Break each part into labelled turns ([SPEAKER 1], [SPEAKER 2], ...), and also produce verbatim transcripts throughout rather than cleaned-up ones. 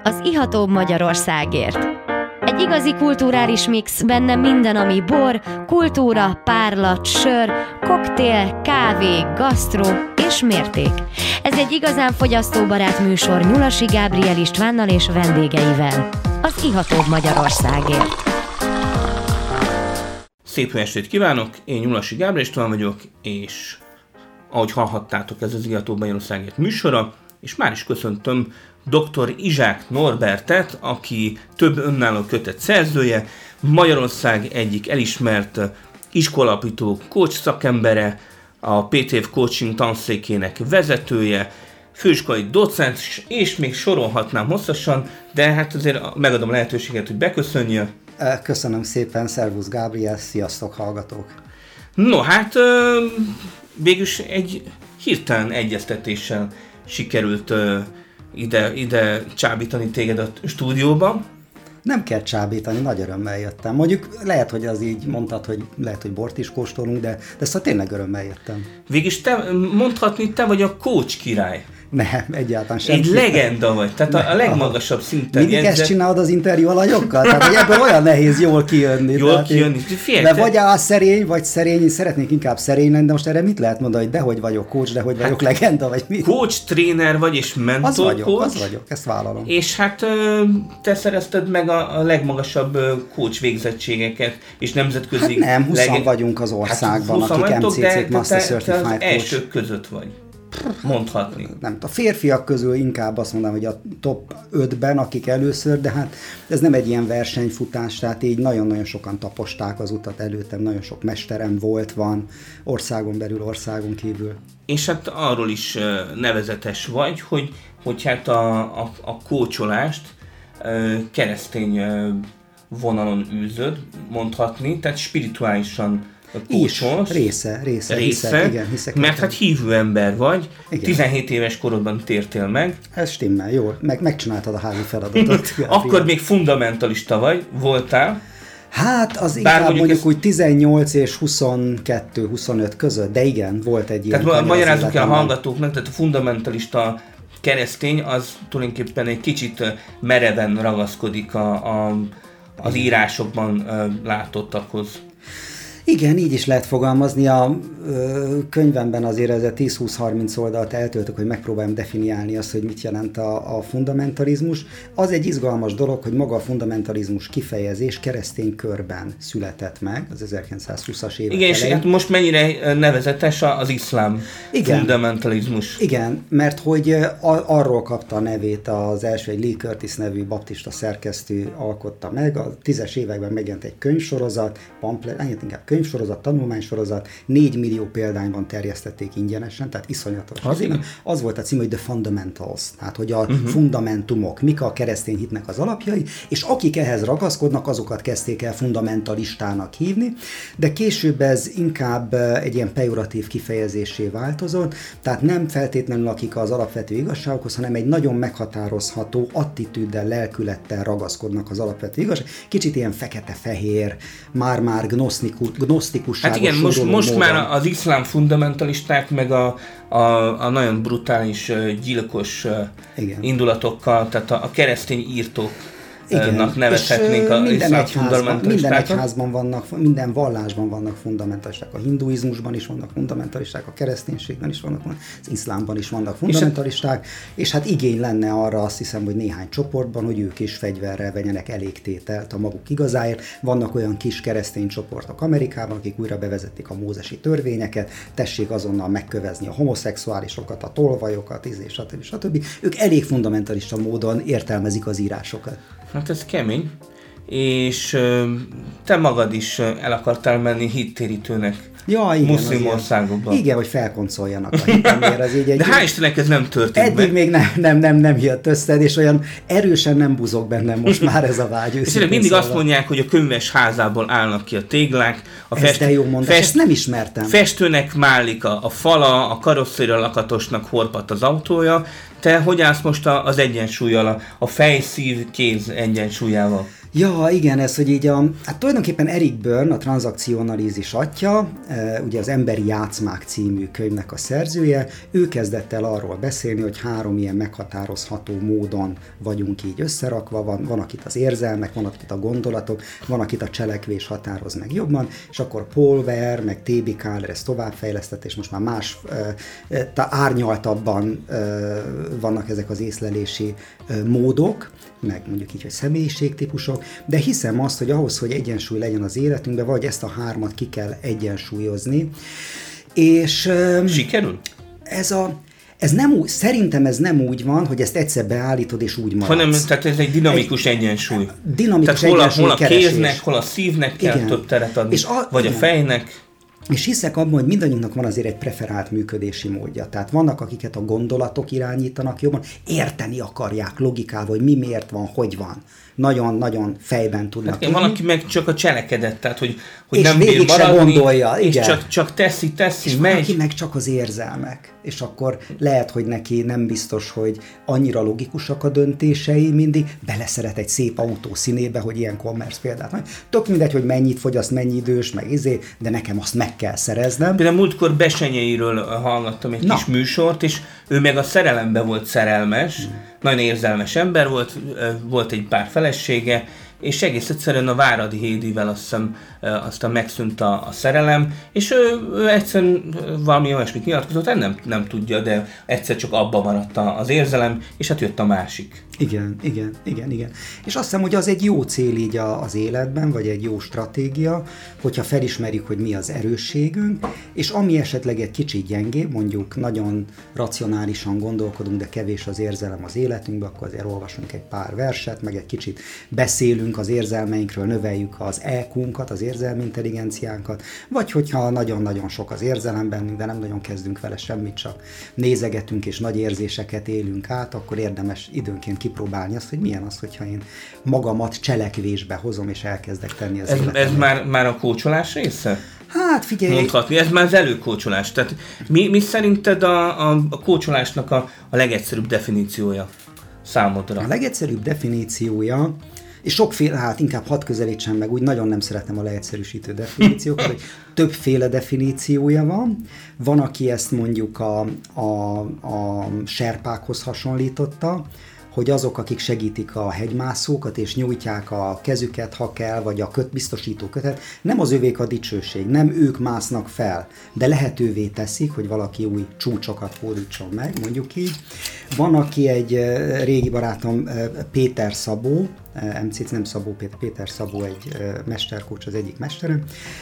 [SPEAKER 1] az ihatóbb Magyarországért. Egy igazi kulturális mix, benne minden, ami bor, kultúra, párlat, sör, koktél, kávé, gasztró és mérték. Ez egy igazán fogyasztóbarát műsor Nyulasi Gábriel Istvánnal és vendégeivel. Az ihatóbb Magyarországért.
[SPEAKER 2] Szép jó estét kívánok, én Nyulasi Gábriel István vagyok, és ahogy hallhattátok, ez az ihatóbb Magyarországért műsora, és már is köszöntöm doktor Izsák Norbertet, aki több önálló kötet szerzője, Magyarország egyik elismert iskolalapító coach szakembere, a pé té ef Coaching tanszékének vezetője, főiskolai docens, és még sorolhatnám hosszasan, de hát azért megadom a lehetőséget, hogy beköszönjön.
[SPEAKER 3] Köszönöm szépen, szervusz Gábriel, sziasztok hallgatók!
[SPEAKER 2] No hát végülis egy hirtelen egyeztetéssel sikerült ide, ide csábítani téged a stúdióba.
[SPEAKER 3] Nem kell csábítani, nagy örömmel jöttem. Mondjuk lehet, hogy az így mondtad, hogy lehet, hogy bort is kóstolunk, de, de szóval tényleg örömmel jöttem.
[SPEAKER 2] Végülis te, mondhatni, te vagy a coach király.
[SPEAKER 3] Nem, egyáltalán sem.
[SPEAKER 2] Egy legenda vagy, tehát a, a legmagasabb szinten.
[SPEAKER 3] Mindig jegyzett... ezt csinálod az interjú alanyokkal? Tehát, hogy ebből olyan nehéz jól kijönni.
[SPEAKER 2] Jól kijönni.
[SPEAKER 3] Én... De vagy áll szerény, vagy szerény, én szeretnék inkább szerény lenni, de most erre mit lehet mondani, hogy dehogy vagyok coach, dehogy vagyok hát, legenda, vagy mi?
[SPEAKER 2] Coach, tréner vagy, és mentor
[SPEAKER 3] az vagyok,
[SPEAKER 2] coach.
[SPEAKER 3] Az vagyok, ezt vállalom.
[SPEAKER 2] És hát te szerezted meg a, a legmagasabb coach végzettségeket, és nemzetközi...
[SPEAKER 3] Hát nem, húszan
[SPEAKER 2] leg...
[SPEAKER 3] vagyunk az országban,
[SPEAKER 2] hát
[SPEAKER 3] akik em cé cé Master
[SPEAKER 2] te,
[SPEAKER 3] Certified
[SPEAKER 2] te az
[SPEAKER 3] Coach.
[SPEAKER 2] elsők között vagy. Mondhatni.
[SPEAKER 3] Nem, a férfiak közül inkább azt mondanám, hogy a top ötben, akik először, de hát ez nem egy ilyen versenyfutás, tehát így nagyon-nagyon sokan taposták az utat előttem, nagyon sok mesterem volt, van, országon belül, országon kívül.
[SPEAKER 2] És hát arról is nevezetes vagy, hogy, hogy hát a, a, a kócsolást keresztény vonalon űzöd, mondhatni, tehát spirituálisan kócsolsz.
[SPEAKER 3] Része, része,
[SPEAKER 2] része
[SPEAKER 3] hiszek, igen, hiszek.
[SPEAKER 2] Mert
[SPEAKER 3] értem.
[SPEAKER 2] hát hívő ember vagy, igen. tizenhét éves korodban tértél meg.
[SPEAKER 3] Ez stimmel, jól, meg, megcsináltad a házi feladatot.
[SPEAKER 2] Akkor még fundamentalista vagy, voltál.
[SPEAKER 3] Hát az inkább mondjuk, mondjuk ez... úgy tizennyolc és huszonkettő huszonöt között, de igen, volt egy ilyen.
[SPEAKER 2] Tehát magyarázzuk el a hallgatóknak, tehát a fundamentalista keresztény az tulajdonképpen egy kicsit mereven ragaszkodik a, a, az írásokban látottakhoz.
[SPEAKER 3] Igen, így is lehet fogalmazni. A ö, könyvemben azért ez a tíz-húsz-harminc oldalt eltöltök, hogy megpróbáljam definiálni azt, hogy mit jelent a, a fundamentalizmus. Az egy izgalmas dolog, hogy maga a fundamentalizmus kifejezés keresztény körben született meg, az ezerkilencszázhúszas évek
[SPEAKER 2] igen,
[SPEAKER 3] elején.
[SPEAKER 2] És hát most mennyire nevezetes az iszlám
[SPEAKER 3] igen,
[SPEAKER 2] fundamentalizmus.
[SPEAKER 3] Igen, mert hogy a, arról kapta a nevét az első, egy Lee Curtis nevű baptista szerkesztő alkotta meg. A tízes években megjelent egy könyvsorozat, pamphlet, ennyit inkább könyv, könyvsorozat, tanulmánysorozat, négy millió példányban terjesztették ingyenesen, tehát iszonyatos. Az, az volt a cím, hogy The Fundamentals, tehát hogy a uh-huh. fundamentumok, mik a keresztény hitnek az alapjai, és akik ehhez ragaszkodnak, azokat kezdték el fundamentalistának hívni, de később ez inkább egy ilyen pejoratív kifejezésé változott, tehát nem feltétlenül akik az alapvető igazságokhoz, hanem egy nagyon meghatározható attitűddel, lelkülettel ragaszkodnak az alapvető igazság. Kicsit ilyen fekete-fehér, már-már gnosztikus, gnosztikusságos.
[SPEAKER 2] Hát igen, most, most
[SPEAKER 3] módon.
[SPEAKER 2] már az iszlám fundamentalisták meg a, a, a nagyon brutális, gyilkos igen. indulatokkal, tehát a, a keresztény írtók igen, nevezhetnénk a
[SPEAKER 3] minden egyházban, minden
[SPEAKER 2] egyházban
[SPEAKER 3] vannak, minden vallásban vannak fundamentalisták. A hinduizmusban is vannak fundamentalisták, a kereszténységben is vannak, az iszlámban is vannak fundamentalisták, és, és hát igény lenne arra, azt hiszem, hogy néhány csoportban, hogy ők is fegyverrel vegyenek elégtételt a maguk igazáért. Vannak olyan kis keresztény csoportok Amerikában, akik újra bevezették a mózesi törvényeket, tessék azonnal megkövezni a homoszexuálisokat, a tolvajokat, és stb. stb. Ők elég fundamentalista módon értelmezik az írásokat.
[SPEAKER 2] Hát ez kemény, és te magad is el akartál menni hittérítőnek ja, igen, muszlim országokban.
[SPEAKER 3] Igen, hogy felkoncoljanak a hitemért. Ez így egy
[SPEAKER 2] de hál' Istennek ez nem történt
[SPEAKER 3] eddig
[SPEAKER 2] meg.
[SPEAKER 3] még nem, nem, nem, nem jött össze, és olyan erősen nem buzog bennem most már ez a vágy.
[SPEAKER 2] És mindig szóval. Azt mondják, hogy a könyves házából állnak ki a téglák. A
[SPEAKER 3] ez
[SPEAKER 2] fest,
[SPEAKER 3] de jó mondás,
[SPEAKER 2] fest,
[SPEAKER 3] ezt nem ismertem.
[SPEAKER 2] Festőnek málik a, a fala, a karosszéria lakatosnak horpadt az autója. Te hogy állsz most az egyensúlyjal, a fej, szív, kéz egyensúlyával?
[SPEAKER 3] Ja, igen, ez, hogy így a, hát tulajdonképpen Eric Berne, a tranzakcióanalízis atya, ugye az Emberi játszmák című könyvnek a szerzője, ő kezdett el arról beszélni, hogy három ilyen meghatározható módon vagyunk így összerakva, van, van akit az érzelmek, van akit a gondolatok, van akit a cselekvés határoz meg jobban, és akkor Paul Ware, meg té bé Kahler ezt továbbfejlesztett, és most már más árnyaltabban vannak ezek az észlelési módok, meg mondjuk így, hogy személyiségtípusok, de hiszem azt, hogy ahhoz, hogy egyensúly legyen az életünkben, vagy ezt a hármat ki kell egyensúlyozni. És
[SPEAKER 2] sikerül?
[SPEAKER 3] Ez a Ez nem úgy, szerintem ez nem úgy van, hogy ezt egyszer beállítod, és úgy maradsz.
[SPEAKER 2] Hanem, tehát ez egy dinamikus egy, egyensúly.
[SPEAKER 3] Dinamikus
[SPEAKER 2] tehát hol a,
[SPEAKER 3] egyensúly
[SPEAKER 2] hol a
[SPEAKER 3] keresés.
[SPEAKER 2] kéznek, hol a szívnek kell igen. több teret adni, a, vagy igen. a fejnek.
[SPEAKER 3] És hiszek abban, hogy mindannyiunknak van azért egy preferált működési módja. Tehát vannak, akiket a gondolatok irányítanak jobban, érteni akarják logikával, hogy mi miért van, hogy van. Nagyon-nagyon fejben tudnak
[SPEAKER 2] hát, van, aki meg csak a cselekedet, tehát hogy, hogy
[SPEAKER 3] és
[SPEAKER 2] nem bír maradni,
[SPEAKER 3] gondolja,
[SPEAKER 2] és
[SPEAKER 3] igen.
[SPEAKER 2] csak, csak teszi, teszi,
[SPEAKER 3] és
[SPEAKER 2] megy.
[SPEAKER 3] van, aki meg csak az érzelmek. És akkor lehet, hogy neki nem biztos, hogy annyira logikusak a döntései mindig, beleszeret egy szép autó színébe, hogy ilyen commerce példát. Tök mindegy, hogy mennyit fogyaszt, mennyi idős, meg izé, de nekem azt meg kell szereznem.
[SPEAKER 2] Például múltkor Besenyeiről hallgattam egy Na. kis műsort, és ő meg a szerelembe volt szerelmes, hmm. nagyon érzelmes ember volt, volt egy pár felesége, és egész egyszerűen a Váradi Hédivel azt hiszem, aztán megszűnt a, a szerelem, és ő, ő egyszerűen valami olyasmit nyilatkozott, nem, nem tudja, de egyszer csak abba maradt az érzelem, és hát jött a másik.
[SPEAKER 3] Igen, igen, igen, igen. És azt hiszem, hogy az egy jó cél így az életben, vagy egy jó stratégia, hogyha felismerjük, hogy mi az erősségünk, és ami esetleg egy kicsit gyengébb, mondjuk nagyon racionálisan gondolkodunk, de kevés az érzelem az életünkben, akkor azért olvasunk egy pár verset, meg egy kicsit beszélünk az érzelmeinkről, növeljük az é kúnkat, az érzelmi intelligenciánkat, vagy hogyha nagyon-nagyon sok az érzelem bennünk, de nem nagyon kezdünk vele semmit, csak nézegetünk és nagy érzéseket élünk át, akkor érdemes időnként kipróbálni azt, hogy milyen az, hogyha én magamat cselekvésbe hozom, és elkezdek tenni az
[SPEAKER 2] ez,
[SPEAKER 3] életemben.
[SPEAKER 2] Ez már, már a kócsolás része?
[SPEAKER 3] Hát figyelj!
[SPEAKER 2] Mondhatni, ez már az előkócsolás. Tehát mi, mi szerinted a, a, a kócsolásnak a, a legegyszerűbb definíciója számodra?
[SPEAKER 3] A legegyszerűbb definíciója, és sokféle, hát inkább hadd közelítsem meg, úgy nagyon nem szeretem a leegyszerűsítő definíciókat, hogy többféle definíciója van. Van, aki ezt mondjuk a, a, a serpákhoz hasonlította, hogy azok, akik segítik a hegymászókat, és nyújtják a kezüket, ha kell, vagy a köt, biztosító kötet, nem az övék a dicsőség, nem ők másznak fel, de lehetővé teszik, hogy valaki új csúcsokat hódítson meg, mondjuk így. Van, aki egy régi barátom, Péter Szabó, em cé, nem Szabó Péter, Péter Szabó egy mesterkócs, az egyik mesterem,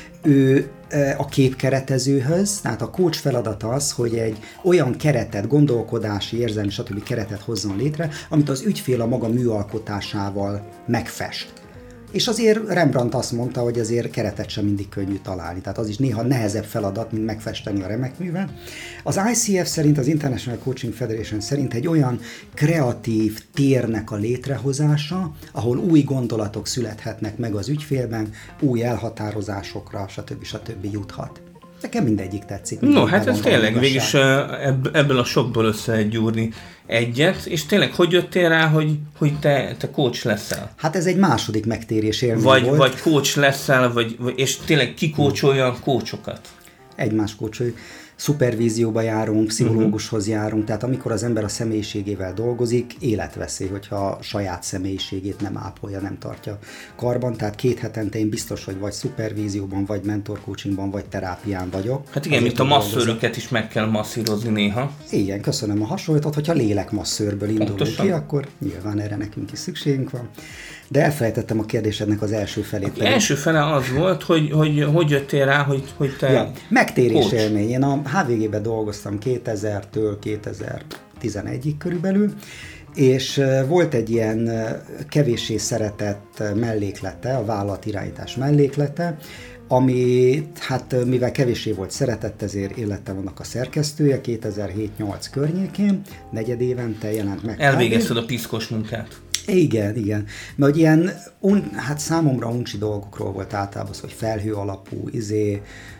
[SPEAKER 3] ő a képkeretezőhöz, tehát a coach feladata az, hogy egy olyan keretet, gondolkodási, érzelmi, stb. Keretet hozzon létre, amit az ügyfél a maga műalkotásával megfest. És azért Rembrandt azt mondta, hogy azért keretet sem mindig könnyű találni, tehát az is néha nehezebb feladat, mint megfesteni a remek művet. Az i cé ef szerint, az International Coaching Federation szerint egy olyan kreatív térnek a létrehozása, ahol új gondolatok születhetnek meg az ügyfélben, új elhatározásokra, stb. stb. Juthat. Nekem mindegyik tetszik.
[SPEAKER 2] No, hát ez tényleg végülis ebből a sokból össze lehet gyúrni egyet, és tényleg hogy jöttél rá, hogy, hogy te, te coach leszel?
[SPEAKER 3] Hát ez egy második megtérés élmény
[SPEAKER 2] vagy,
[SPEAKER 3] volt.
[SPEAKER 2] Vagy coach leszel, vagy, és tényleg ki coacholja a coachokat?
[SPEAKER 3] Egymás coacholjuk. Szupervízióba járunk, pszichológushoz járunk, tehát amikor az ember a személyiségével dolgozik, életveszély, hogyha a saját személyiségét nem ápolja, nem tartja karban, tehát két hetente én biztos, hogy vagy szupervízióban, vagy mentorcoachingban, vagy terápián vagyok.
[SPEAKER 2] Hát igen, mint a masszőröket is meg kell masszírozni néha.
[SPEAKER 3] Igen, köszönöm a hasonlatot, hogyha lélekmasszőrből indulunk ki, akkor nyilván erre nekünk is szükségünk van. De elfelejtettem a kérdésednek az első felét.
[SPEAKER 2] Az első fele az volt, hogy hogy, hogy jöttél rá, hogy, hogy te ja,
[SPEAKER 3] megtérés
[SPEAKER 2] coach.
[SPEAKER 3] Élmény. Én a há vé gében dolgoztam kétezertől kétezer-tizenegyig körülbelül, és volt egy ilyen kevéssé szeretett melléklete, a vállalatirányítás melléklete, ami, hát mivel kevéssé volt szeretett, ezért én lettem annak a szerkesztője kétezer-hét-nyolc környékén, negyed évente jelent meg.
[SPEAKER 2] Elvégezted a piszkos munkát.
[SPEAKER 3] Igen, igen. Mert ilyen, un, hát számomra uncsi dolgokról volt általában az, hogy felhő alapú, izé,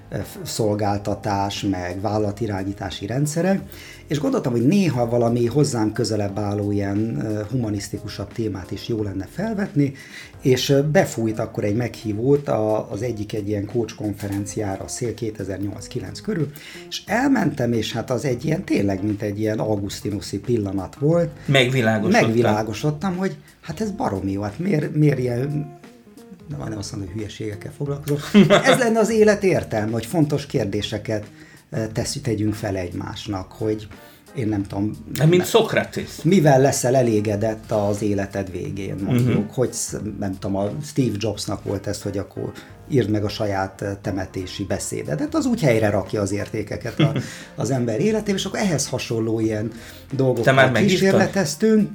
[SPEAKER 3] szolgáltatás, meg vállalatirányítási rendszerek, és gondoltam, hogy néha valami hozzám közelebb álló ilyen humanisztikusabb témát is jó lenne felvetni, és befújt akkor egy meghívót az egyik egy ilyen coach konferenciára, a Szél kétezer-nyolc-kilenc körül, és elmentem, és hát az egy ilyen tényleg, mint egy ilyen augustinuszi pillanat volt.
[SPEAKER 2] Megvilágosodtam.
[SPEAKER 3] Megvilágosodtam, hogy hát ez baromi jó, hát miért, miért ilyen, nem, nem azt mondom, hogy hülyeségekkel foglalkozok. Ez lenne az élet értelme, hogy fontos kérdéseket tesz, tegyünk fel egymásnak, hogy én nem tudom...
[SPEAKER 2] De mint Szokratész.
[SPEAKER 3] Mivel leszel elégedett az életed végén, mondjuk, uh-huh. hogy nem tudom, a Steve Jobsnak volt ez, hogy akkor írd meg a saját temetési beszédedet, az úgy helyre rakja az értékeket a, az ember életében, és akkor ehhez hasonló ilyen dolgokkal kísérleteztünk.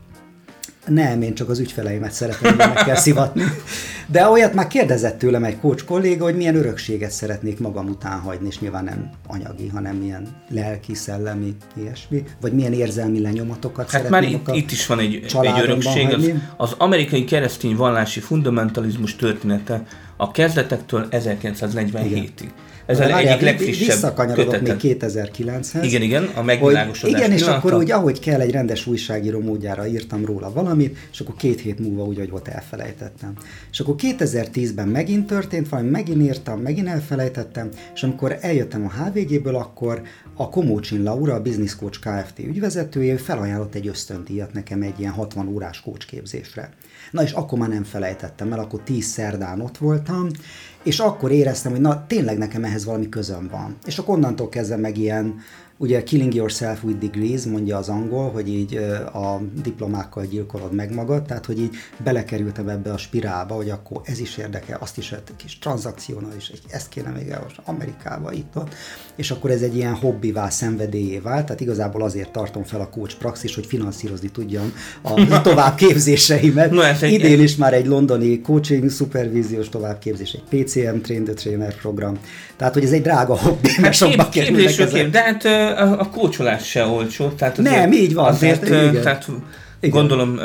[SPEAKER 3] Nem, én csak az ügyfeleimet szeretném meg kell szivatni. De olyat már kérdezett tőlem egy coach kolléga, hogy milyen örökséget szeretnék magam után hagyni, és nyilván nem anyagi, hanem milyen lelki, szellemi, ilyesmi, vagy milyen érzelmi lenyomatokat
[SPEAKER 2] hát
[SPEAKER 3] szeretnék.
[SPEAKER 2] Hát már itt, itt is van egy, egy örökség. Az, az amerikai keresztény vallási fundamentalizmus története a kezdetektől ezerkilencszáznegyvenhétig. Igen. Ez az egyik legfrissebb
[SPEAKER 3] visszakanyarodok még kétezer-kilenchez.
[SPEAKER 2] Igen, igen, a megvilágosodás
[SPEAKER 3] igen, és
[SPEAKER 2] pillanata.
[SPEAKER 3] akkor úgy, ahogy kell, egy rendes újságíró módjára írtam róla valamit, és akkor két hét múlva úgy, hogy ott elfelejtettem. És akkor kétezer-tízben megint történt valami, megint írtam, megint elfelejtettem, és amikor eljöttem a há vé géből, akkor a Komócsin Laura, a Business Coach Kft. Ügyvezetője felajánlott egy ösztöndíjat nekem egy ilyen hatvan órás coach képzésre. Na és akkor már nem felejtettem, mert akkor tíz szerdán ott voltam, és akkor éreztem, hogy na tényleg nekem ehhez valami közöm van. És akkor onnantól kezdve meg ilyen, ugye killing yourself with degrees, mondja az angol, hogy így a diplomákkal gyilkolod meg magad, tehát hogy így belekerültem ebbe a spirálba, hogy akkor ez is érdekel, azt is egy kis tranzakciónal is, ezt kéne még elolvasni Amerikába, itt ott, és akkor ez egy ilyen hobbivá, szenvedélyé vált, tehát igazából azért tartom fel a coach praxis, hogy finanszírozni tudjam a továbbképzéseimet. No, idén is már egy londoni coaching, szupervíziós továbbképzés, egy pé cé em Train the Trainer program, tehát hogy ez egy drága hobbi, mert sokba kerülnek ezek.
[SPEAKER 2] De hát a, a kócsolás se olcsó, tehát azért,
[SPEAKER 3] nem, így van.
[SPEAKER 2] Azért, tehát, tehát gondolom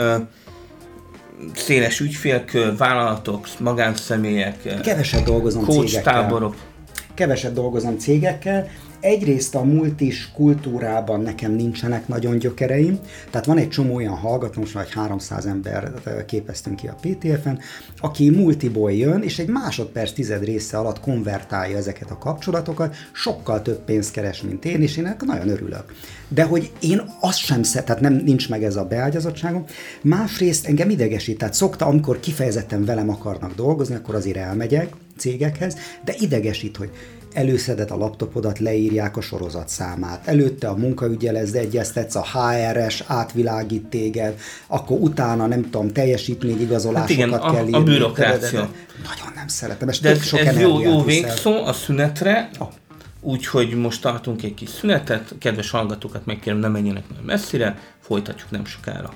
[SPEAKER 2] széles ügyfélkör, vállalatok, magánszemélyek,
[SPEAKER 3] keveset dolgozom
[SPEAKER 2] coach táborok.
[SPEAKER 3] Keveset dolgozom cégekkel. Egyrészt a multis kultúrában nekem nincsenek nagyon gyökereim, tehát van egy csomó olyan hallgató, most már egy háromszáz ember képeztünk ki a pé té ef-en, aki multiból jön, és egy másodperc tized része alatt konvertálja ezeket a kapcsolatokat, sokkal több pénzt keres, mint én, és én ennek nagyon örülök. De hogy én azt sem szeretem, tehát nem, nincs meg ez a beágyazottságom. Másrészt engem idegesít, tehát szokta, amikor kifejezetten velem akarnak dolgozni, akkor azért elmegyek cégekhez, de idegesít, hogy előszeded a laptopodat, leírják a sorozatszámát, előtte a munkaügyelezd, egyeztetsz, a há er es átvilágít téged, akkor utána nem tudom, teljesítményigazolásokat hát igen, kell írni.
[SPEAKER 2] A bürokrácia.
[SPEAKER 3] Nagyon nem szeretem, és
[SPEAKER 2] de
[SPEAKER 3] tök sok
[SPEAKER 2] ez jó, jó
[SPEAKER 3] viszel.
[SPEAKER 2] végszó a szünetre, oh. Úgyhogy most tartunk egy kis szünetet, kedves hallgatókat megkérem, ne menjenek nagyon messzire, folytatjuk nem sokára.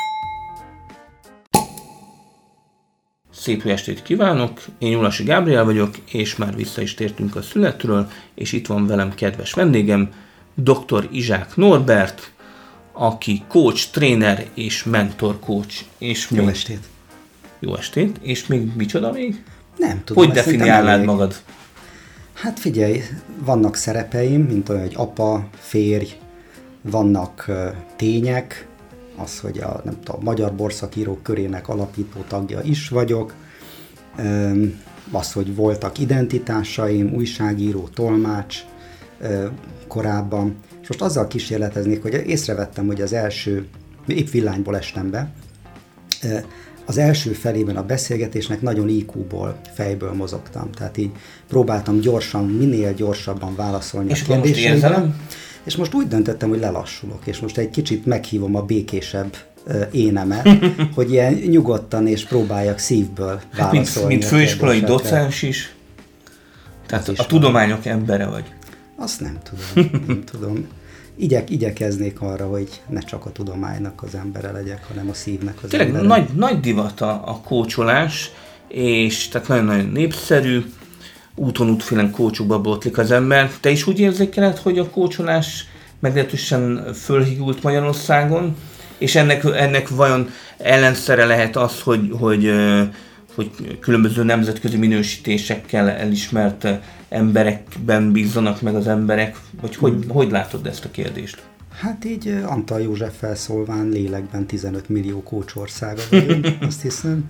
[SPEAKER 2] Szép jó estét kívánok, én Nyulasi Gábriel vagyok, és már vissza is tértünk a szünetről, és itt van velem kedves vendégem, doktor Izsák Norbert, aki coach, tréner és mentor coach. És
[SPEAKER 3] jó
[SPEAKER 2] még...
[SPEAKER 3] estét!
[SPEAKER 2] Jó estét, és még micsoda még?
[SPEAKER 3] Nem tudom.
[SPEAKER 2] Hogy definiálnád magad?
[SPEAKER 3] Hát figyelj, vannak szerepeim, mint olyan, hogy apa, férj, vannak uh, tények, az, hogy a, nem tudom, Magyar Borszakírók Körének alapító tagja is vagyok, um, az, hogy voltak identitásaim, újságíró, tolmács uh, korábban, és most azzal kísérleteznék, hogy észrevettem, hogy az első, épp villányból estem be, uh, az első felében a beszélgetésnek nagyon í kú-ból, fejből mozogtam. Tehát így próbáltam gyorsan, minél gyorsabban válaszolni
[SPEAKER 2] és
[SPEAKER 3] a kérdéseimre. És most úgy döntöttem, hogy lelassulok, és most egy kicsit meghívom a békésebb uh, énemet, hogy ilyen nyugodtan és próbáljak szívből válaszolni.
[SPEAKER 2] Hát mint, mint főiskolai docens is. Tehát a tudományok embere vagy.
[SPEAKER 3] Azt nem tudom, nem tudom. Igyek, igyekeznék arra, hogy ne csak a tudománynak az embere legyek, hanem a szívnek az
[SPEAKER 2] Tényleg
[SPEAKER 3] embere.
[SPEAKER 2] Nagy, nagy divat a, a kócsolás, és tehát nagyon-nagyon népszerű, úton útfélen kócsokba botlik az ember. Te is úgy érzékeled, hogy a kócsolás meglehetősen fölhigult Magyarországon, és ennek, ennek vajon ellenszere lehet az, hogy, hogy, hogy különböző nemzetközi minősítésekkel elismert emberekben bízzanak meg az emberek, vagy hogy, hmm. hogy látod ezt a kérdést?
[SPEAKER 3] Hát így Antal József felszólván lélekben tizenöt millió kócsországa vagyunk, azt hiszem.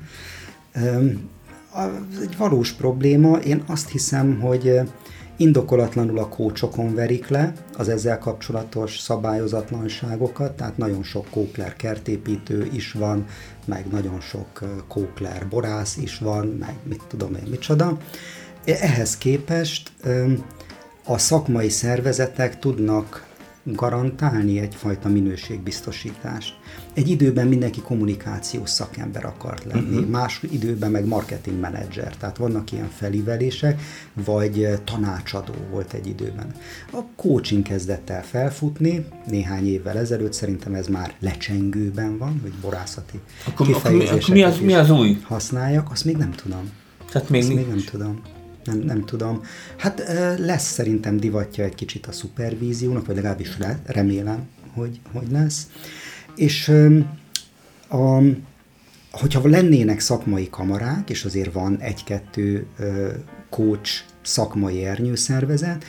[SPEAKER 3] Egy valós probléma, én azt hiszem, hogy indokolatlanul a kócsokon verik le az ezzel kapcsolatos szabályozatlanságokat, tehát nagyon sok kókler kertépítő is van, meg nagyon sok kókler borász is van, meg mit tudom én micsoda. Ehhez képest a szakmai szervezetek tudnak garantálni egyfajta minőségbiztosítást. Egy időben mindenki kommunikációs szakember akart lenni, uh-huh. más időben meg marketing menedzser, tehát vannak ilyen felívelések, vagy tanácsadó volt egy időben. A coaching kezdett el felfutni, néhány évvel ezelőtt, szerintem ez már lecsengőben van, hogy borászati
[SPEAKER 2] akkor, kifejezéseket akkor mi, az, mi az új?
[SPEAKER 3] Használjak, azt még nem tudom.
[SPEAKER 2] Tehát még,
[SPEAKER 3] azt még nem tudom. Nem, nem tudom. Hát lesz szerintem divatja egy kicsit a szupervíziónak, vagy legalábbis le, remélem, hogy, hogy lesz. És a, hogyha lennének szakmai kamarák, és azért van egy-kettő coach szakmai ernyőszervezet,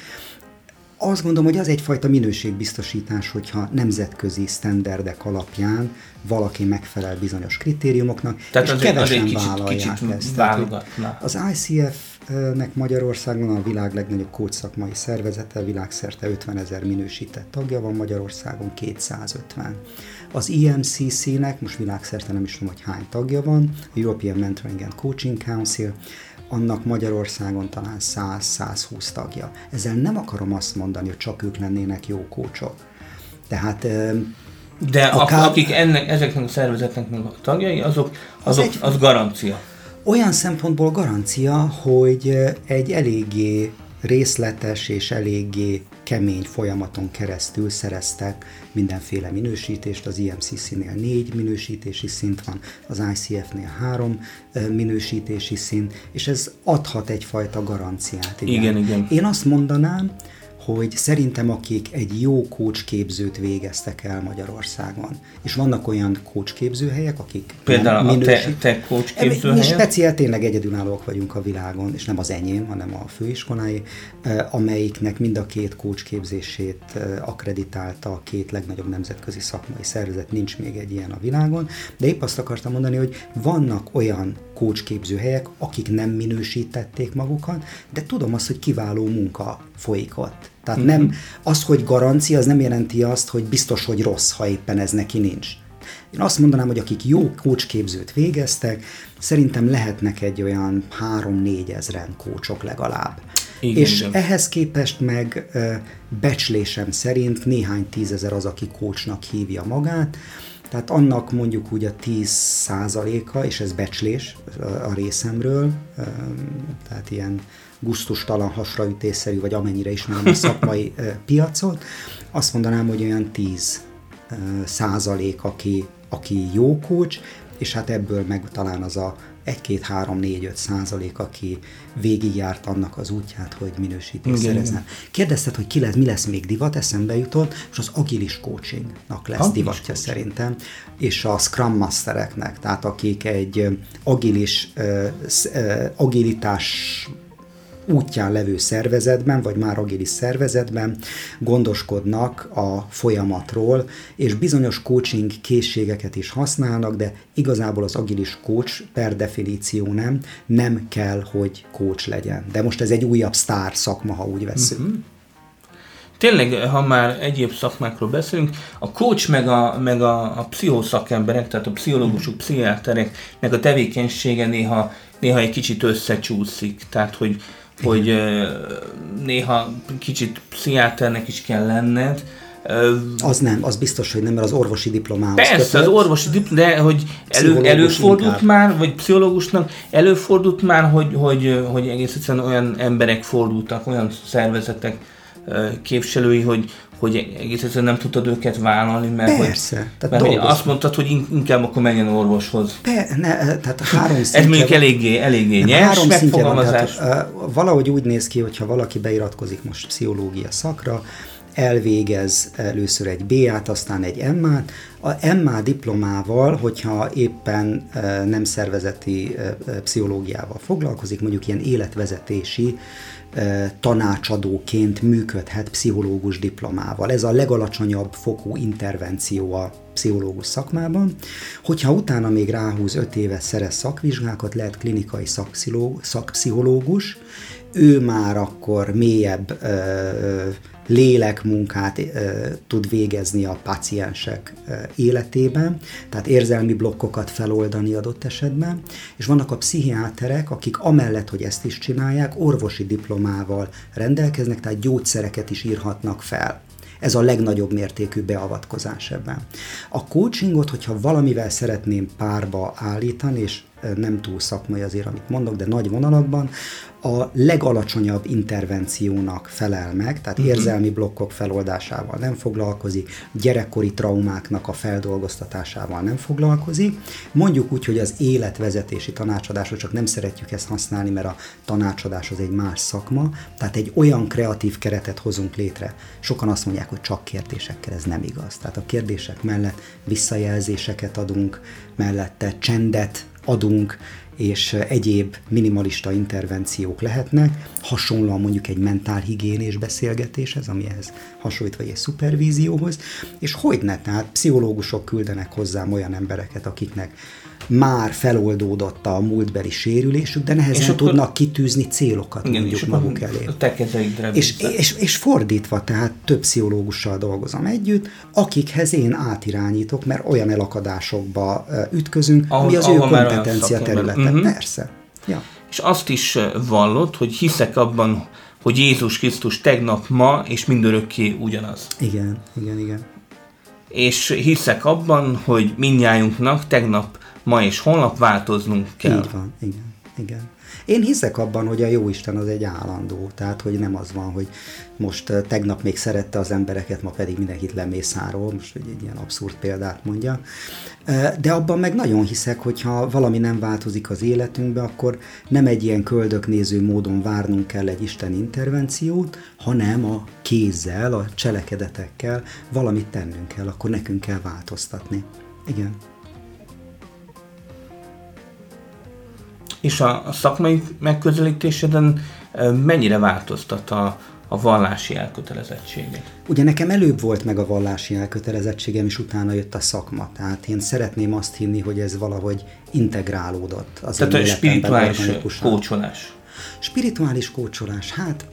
[SPEAKER 3] azt gondolom, hogy az egyfajta minőségbiztosítás, hogyha nemzetközi sztenderdek alapján valaki megfelel bizonyos kritériumoknak,
[SPEAKER 2] tehát
[SPEAKER 3] és
[SPEAKER 2] azért,
[SPEAKER 3] kevesen
[SPEAKER 2] azért
[SPEAKER 3] vállalják
[SPEAKER 2] kicsit,
[SPEAKER 3] ezt.
[SPEAKER 2] Tehát,
[SPEAKER 3] az I C F-nek Magyarországon a világ legnagyobb coach szakmai szervezete, világszerte ötvenezer minősített tagja van, Magyarországon kétszázötven. Az I M C C-nek, most világszerte nem is tudom, hogy hány tagja van, a European Mentoring and Coaching Council, annak Magyarországon talán száz-százhúsz tagja. Ezzel nem akarom azt mondani, hogy csak ők lennének jó kócsok. Tehát...
[SPEAKER 2] De akár, akik ennek, ezeknek a szervezetnek a tagjai, azok, azok, az, egy, az garancia.
[SPEAKER 3] Olyan szempontból garancia, hogy egy eléggé részletes és eléggé kemény folyamaton keresztül szereztek mindenféle minősítést. Az I M C C-nél négy minősítési szint van, az I C F-nél három minősítési szint, és ez adhat egyfajta garanciát. Igen,
[SPEAKER 2] igen. igen.
[SPEAKER 3] Én azt mondanám, hogy szerintem akik egy jó coachképzőt végeztek el Magyarországon, és vannak olyan coachképzőhelyek, akik...
[SPEAKER 2] Például a te, te coachképzőhelyek?
[SPEAKER 3] Mi speciál tényleg egyedülállóak vagyunk a világon, és nem az enyém, hanem a főiskolái, amelyiknek mind a két coachképzését akkreditálta a két legnagyobb nemzetközi szakmai szervezet, nincs még egy ilyen a világon, de épp azt akartam mondani, hogy vannak olyan coachképzőhelyek, akik nem minősítették magukat, de tudom azt, hogy kiváló munka folyik ott. Tehát mm-hmm. nem, az, hogy garancia, az nem jelenti azt, hogy biztos, hogy rossz, ha éppen ez neki nincs. Én azt mondanám, hogy akik jó coachképzőt végeztek, szerintem lehetnek egy olyan három-négy ezren coachok legalább. Igen, és igen. ehhez képest meg becslésem szerint néhány tízezer az, aki coachnak hívja magát, tehát annak mondjuk úgy a tíz százaléka, és ez becslés a részemről, tehát ilyen gusztustalan hasraütésszerű, vagy amennyire ismerem a szakmai piacot, azt mondanám, hogy olyan tíz százalék, aki, aki jó coach, és hát ebből meg talán az a egy-két-három-négy-öt százalék, aki végigjárt annak az útját, hogy minősítést szerezzen. Kérdezted, hogy ki lesz, mi lesz még divat, eszembe jutott, és az agilis coachingnak lesz agilis divatja coaching. Szerintem, és a Scrum Mastereknek, tehát akik egy agilis, uh, uh, agilitás útján levő szervezetben, vagy már agilis szervezetben gondoskodnak a folyamatról, és bizonyos coaching készségeket is használnak, de igazából az agilis coach per definíció nem, nem kell, hogy coach legyen. De most ez egy újabb sztár szakma, ha úgy veszünk. Uh-huh.
[SPEAKER 2] Tényleg, ha már egyéb szakmákról beszélünk, a coach meg a, meg a, a pszichoszakemberek, tehát a pszichológusok, pszichiátereknek a tevékenysége néha, néha egy kicsit összecsúszik, tehát hogy hogy uh, néha kicsit pszichiáternek is kell lenned. Uh, az
[SPEAKER 3] nem, az biztos, hogy nem, mert az orvosi diplomához
[SPEAKER 2] persze, kötött. Az orvosi diplomá, de hogy elő, előfordult inkább. Már, vagy pszichológusnak előfordult már, hogy, hogy, hogy egész egyszerűen olyan emberek fordultak, olyan szervezetek uh, képviselői, hogy, hogy egész egyszerűen nem tudtad őket vállalni, mert,
[SPEAKER 3] persze,
[SPEAKER 2] hogy, mert hogy azt mondtad, hogy inkább akkor menjen orvoshoz.
[SPEAKER 3] Be, ne, tehát a három
[SPEAKER 2] Ez mondjuk eléggé, eléggé nyers megfogalmazás.
[SPEAKER 3] Tehát, uh, valahogy úgy néz ki, hogyha valaki beiratkozik most pszichológia szakra, elvégez először egy bé á-t, aztán egy em á-t, A em á diplomával, hogyha éppen nem szervezeti pszichológiával foglalkozik, mondjuk ilyen életvezetési tanácsadóként működhet pszichológus diplomával. Ez a legalacsonyabb fokú intervenció a pszichológus szakmában. Hogyha utána még ráhúz öt éves szerez szakvizsgákat, lehet klinikai szakpszichológus, ő már akkor mélyebb ö, lélekmunkát ö, tud végezni a páciensek ö, életében, tehát érzelmi blokkokat feloldani adott esetben, és vannak a pszichiáterek, akik amellett, hogy ezt is csinálják, orvosi diplomával rendelkeznek, tehát gyógyszereket is írhatnak fel. Ez a legnagyobb mértékű beavatkozás ebben. A coachingot, hogyha valamivel szeretném párba állítani, és nem túl szakmai azért, amit mondok, de nagy vonalakban, a legalacsonyabb intervenciónak felel meg, tehát érzelmi blokkok feloldásával nem foglalkozik, gyerekkori traumáknak a feldolgoztatásával nem foglalkozik. Mondjuk úgy, hogy az életvezetési tanácsadásról csak nem szeretjük ezt használni, mert a tanácsadás az egy más szakma, tehát egy olyan kreatív keretet hozunk létre. Sokan azt mondják, hogy csak kérdésekkel, ez nem igaz. Tehát a kérdések mellett visszajelzéseket adunk, mellette csendet adunk, és egyéb minimalista intervenciók lehetnek, hasonlóan mondjuk egy mentálhigiénés beszélgetéshez, amihez hasonlít, vagy egy szupervízióhoz, és hogyne, tehát pszichológusok küldenek hozzám olyan embereket, akiknek már feloldódott a múltbeli sérülésük, de nehezen és tudnak akkor kitűzni célokat, igen, mondjuk maguk elé. És, és, és fordítva, tehát több pszichológussal dolgozom együtt, akikhez én átirányítok, mert olyan elakadásokba ütközünk, ahol, ami az ő kompetencia területe. Uh-huh. Persze. Ja.
[SPEAKER 2] És azt is vallott, hogy hiszek abban, hogy Jézus Krisztus tegnap, ma és mindörökké ugyanaz.
[SPEAKER 3] Igen, igen, igen.
[SPEAKER 2] És hiszek abban, hogy mindnyájunknak tegnap, ma és holnap változnunk kell.
[SPEAKER 3] Így van, igen, igen. Én hiszek abban, hogy a Jóisten az egy állandó, tehát hogy nem az van, hogy most tegnap még szerette az embereket, ma pedig mindenkit lemészárol, most egy ilyen abszurd példát mondja. De abban meg nagyon hiszek, hogyha valami nem változik az életünkbe, akkor nem egy ilyen köldöknéző módon várnunk kell egy Isten intervenciót, hanem a kézzel, a cselekedetekkel valamit tennünk kell, akkor nekünk kell változtatni. Igen.
[SPEAKER 2] És a, a szakmai megközelítéseden mennyire változtat a, a vallási elkötelezettséget?
[SPEAKER 3] Ugye nekem előbb volt meg a vallási elkötelezettségem, és utána jött a szakma. Tehát én szeretném azt hinni, hogy ez valahogy integrálódott az
[SPEAKER 2] Tehát a spirituális kócsolás.
[SPEAKER 3] Spirituális kócsolás, hát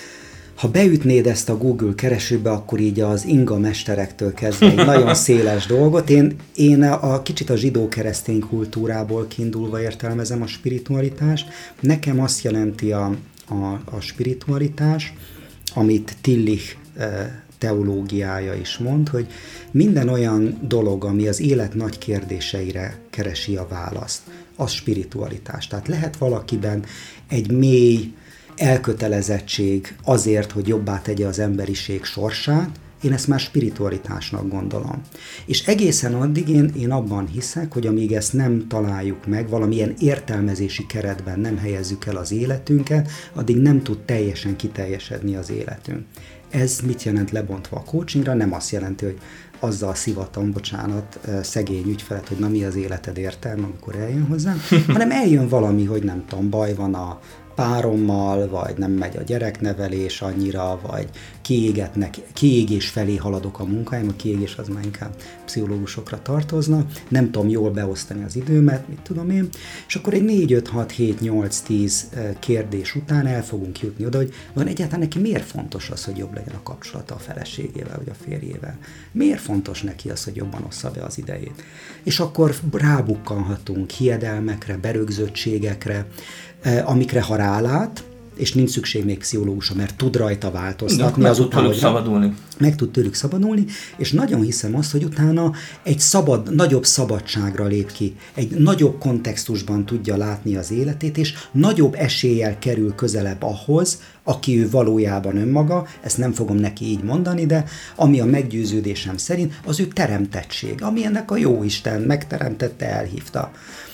[SPEAKER 3] ha beütnéd ezt a Google keresőbe, akkor így az inga mesterektől kezdve egy nagyon széles dolgot. Én, én a kicsit a zsidó-keresztény kultúrából kiindulva értelmezem a spiritualitást. Nekem azt jelenti a, a, a spiritualitás, amit Tillich teológiája is mond, hogy minden olyan dolog, ami az élet nagy kérdéseire keresi a választ, az spiritualitás. Tehát lehet valakiben egy mély elkötelezettség azért, hogy jobbá tegye az emberiség sorsát, én ezt már spiritualitásnak gondolom. És egészen addig én, én abban hiszek, hogy amíg ezt nem találjuk meg, valamilyen értelmezési keretben nem helyezzük el az életünket, addig nem tud teljesen kiteljesedni az életünk. Ez mit jelent lebontva a coachingra? Nem azt jelenti, hogy azzal szivatom, bocsánat, szegény ügyfelet, hogy na mi az életed értelme, amikor eljön hozzám, hanem eljön valami, hogy nem tudom, baj van a párommal, vagy nem megy a gyereknevelés annyira, vagy kiégetnek, kiégés felé haladok a munkáim, a kiégés az már inkább pszichológusokra tartozna, nem tudom jól beosztani az időmet, mit tudom én, és akkor egy négy, öt, hat, hét, nyolc, tíz kérdés után el fogunk jutni oda, hogy van egyáltalán neki miért fontos az, hogy jobb legyen a kapcsolata a feleségével, vagy a férjével. Miért fontos neki az, hogy jobban ossza be az idejét. És akkor rábukkanhatunk hiedelmekre, berögzöttségekre, amikre ha rálát, és nincs szükség még pszichológusra, mert tud rajta változtatni.
[SPEAKER 2] Meg tud tőlük szabadulni.
[SPEAKER 3] Meg tud tőlük szabadulni, és nagyon hiszem azt, hogy utána egy szabad, nagyobb szabadságra lép ki, egy nagyobb kontextusban tudja látni az életét, és nagyobb eséllyel kerül közelebb ahhoz, aki ő valójában önmaga, ezt nem fogom neki így mondani, de ami a meggyőződésem szerint az ő teremtettség, ami ennek a Jóisten megteremtette, elhívta.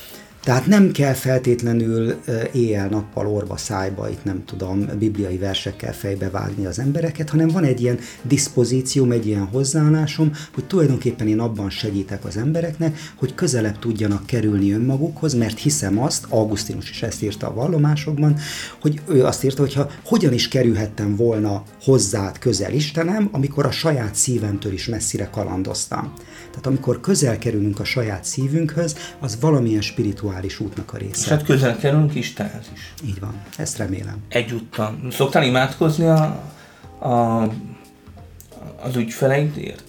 [SPEAKER 3] Tehát nem kell feltétlenül éjjel-nappal orba szájba, itt nem tudom, bibliai versekkel fejbe vágni az embereket, hanem van egy ilyen diszpozícióm, egy ilyen hozzáállásom, hogy tulajdonképpen én abban segítek az embereknek, hogy közelebb tudjanak kerülni önmagukhoz, mert hiszem azt, Augustinus is ezt írta a vallomásokban, hogy ő azt írta, hogyha hogyan is kerülhettem volna hozzád közel Istenem, amikor a saját szívemtől is messzire kalandoztam. Tehát amikor közel kerülünk a saját szívünkhöz, az valamilyen spirituális útnak a része.
[SPEAKER 2] És hát közel kerülünk Istenhez is.
[SPEAKER 3] Így van, ezt remélem.
[SPEAKER 2] Egyúttal. Szoktál imádkozni a, a, az ügyfeleidért?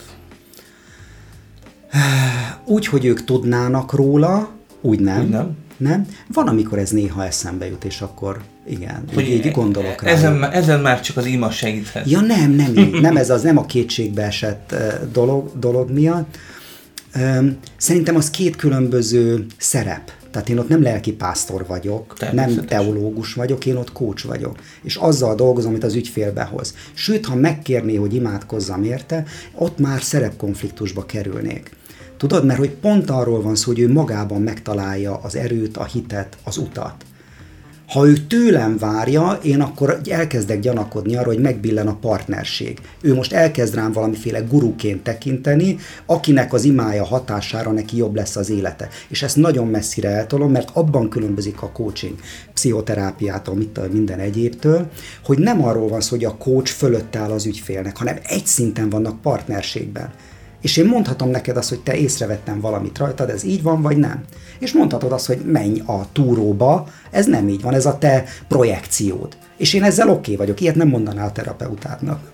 [SPEAKER 3] Úgy, hogy ők tudnának róla, úgy nem.
[SPEAKER 2] Úgy nem.
[SPEAKER 3] Nem? Van, amikor ez néha eszembe jut, és akkor igen, így, így gondolok rá.
[SPEAKER 2] Ezen, ezen már csak az ima segíthet.
[SPEAKER 3] Ja nem, nem így. Nem ez az, nem a kétségbe esett dolog, dolog miatt. Szerintem az két különböző szerep. Tehát én ott nem lelkipásztor vagyok, nem teológus vagyok, én ott coach vagyok. És azzal dolgozom, amit az ügyfél behoz. Sőt, ha megkérné, hogy imádkozzam érte, ott már szerepkonfliktusba kerülnék. Tudod, mert hogy pont arról van szó, hogy ő magában megtalálja az erőt, a hitet, az utat. Ha ő tőlem várja, én akkor elkezdek gyanakodni arra, hogy megbillen a partnerség. Ő most elkezd rám valamiféle guruként tekinteni, akinek az imája hatására neki jobb lesz az élete. És ezt nagyon messzire eltolom, mert abban különbözik a coaching pszichoterápiától, mit, minden egyébtől, hogy nem arról van szó, hogy a coach fölött áll az ügyfélnek, hanem egy szinten vannak partnerségben. És én mondhatom neked azt, hogy te észrevettem valamit rajtad, ez így van, vagy nem. És mondhatod azt, hogy menj a túróba, ez nem így van, ez a te projekciód. És én ezzel oké okay vagyok, ilyet nem mondanál a terapeutádnak.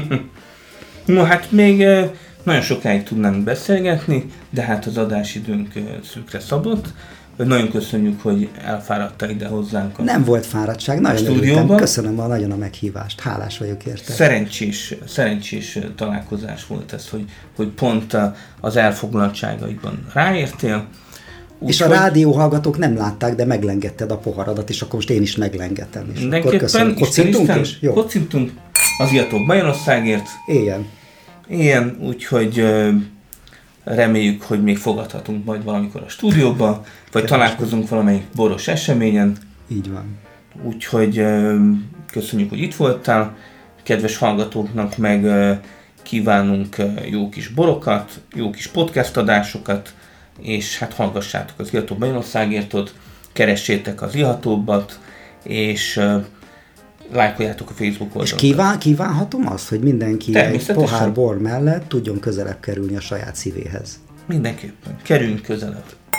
[SPEAKER 2] No, hát még nagyon sokáig tudnánk beszélgetni, de hát az adásidőnk szűkre szabott. Nagyon köszönjük, hogy elfáradtál ide hozzánk a
[SPEAKER 3] Nem volt fáradtság, nagyon örültem. Köszönöm a, nagyon a meghívást, hálás vagyok érte.
[SPEAKER 2] Szerencsés, szerencsés találkozás volt ez, hogy, hogy pont az elfoglaltságaidban ráértél.
[SPEAKER 3] Úgy, és a hogy... rádióhallgatók nem látták, de meglengetted a poharadat, és akkor most én is meglengetem. És akkor köszönöm. Kocintunk is? Jó.
[SPEAKER 2] Kocintunk az Iatóbb Bajorországért.
[SPEAKER 3] Éljen.
[SPEAKER 2] Éljen, úgyhogy... Reméljük, hogy még fogadhatunk majd valamikor a stúdióba, vagy találkozunk valamelyik boros eseményen.
[SPEAKER 3] Így van.
[SPEAKER 2] Úgyhogy köszönjük, hogy itt voltál. Kedves hallgatóknak meg kívánunk jó kis borokat, jó kis podcast adásokat, és hát hallgassátok az Iatóbb Bajorországértot, keressétek az Iatóbbat, és lájkoljátok a Facebook oldalon.
[SPEAKER 3] És kíván, kívánhatom azt, hogy mindenki egy pohár bor mellett tudjon közelebb kerülni a saját szívéhez.
[SPEAKER 2] Mindenképpen. Kerüljünk közelebb.